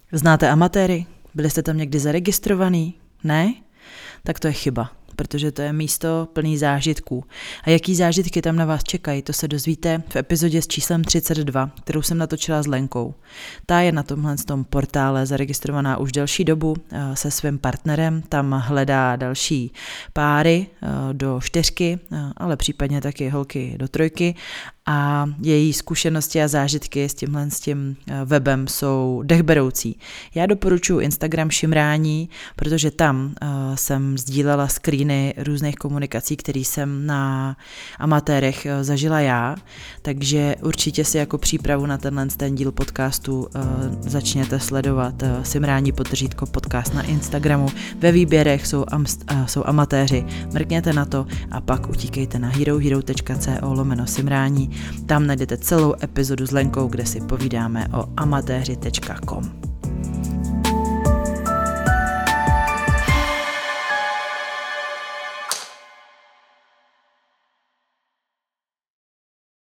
Znáte amatéry? Byli jste tam někdy zaregistrovaný? Ne? Tak to je chyba, protože to je místo plný zážitků. A jaký zážitky tam na vás čekají, to se dozvíte v epizodě s číslem 32, kterou jsem natočila s Lenkou. Ta je na tomhle portále zaregistrovaná už delší dobu se svým partnerem, tam hledá další páry do 4, ale případně taky holky do 3 a její zkušenosti a zážitky s tím webem jsou dechberoucí. Já doporučuji Instagram Šimrání, protože tam jsem sdílela screeny různých komunikací, které jsem na amatérech zažila já, takže určitě si jako přípravu na ten díl podcastu začněte sledovat Simrání_podcast na Instagramu. Ve výběrech jsou amatéři, mrkněte na to a pak utíkejte na herohero.co/Simrání. Tam najdete celou epizodu s Lenkou, kde si povídáme o amatéři.com.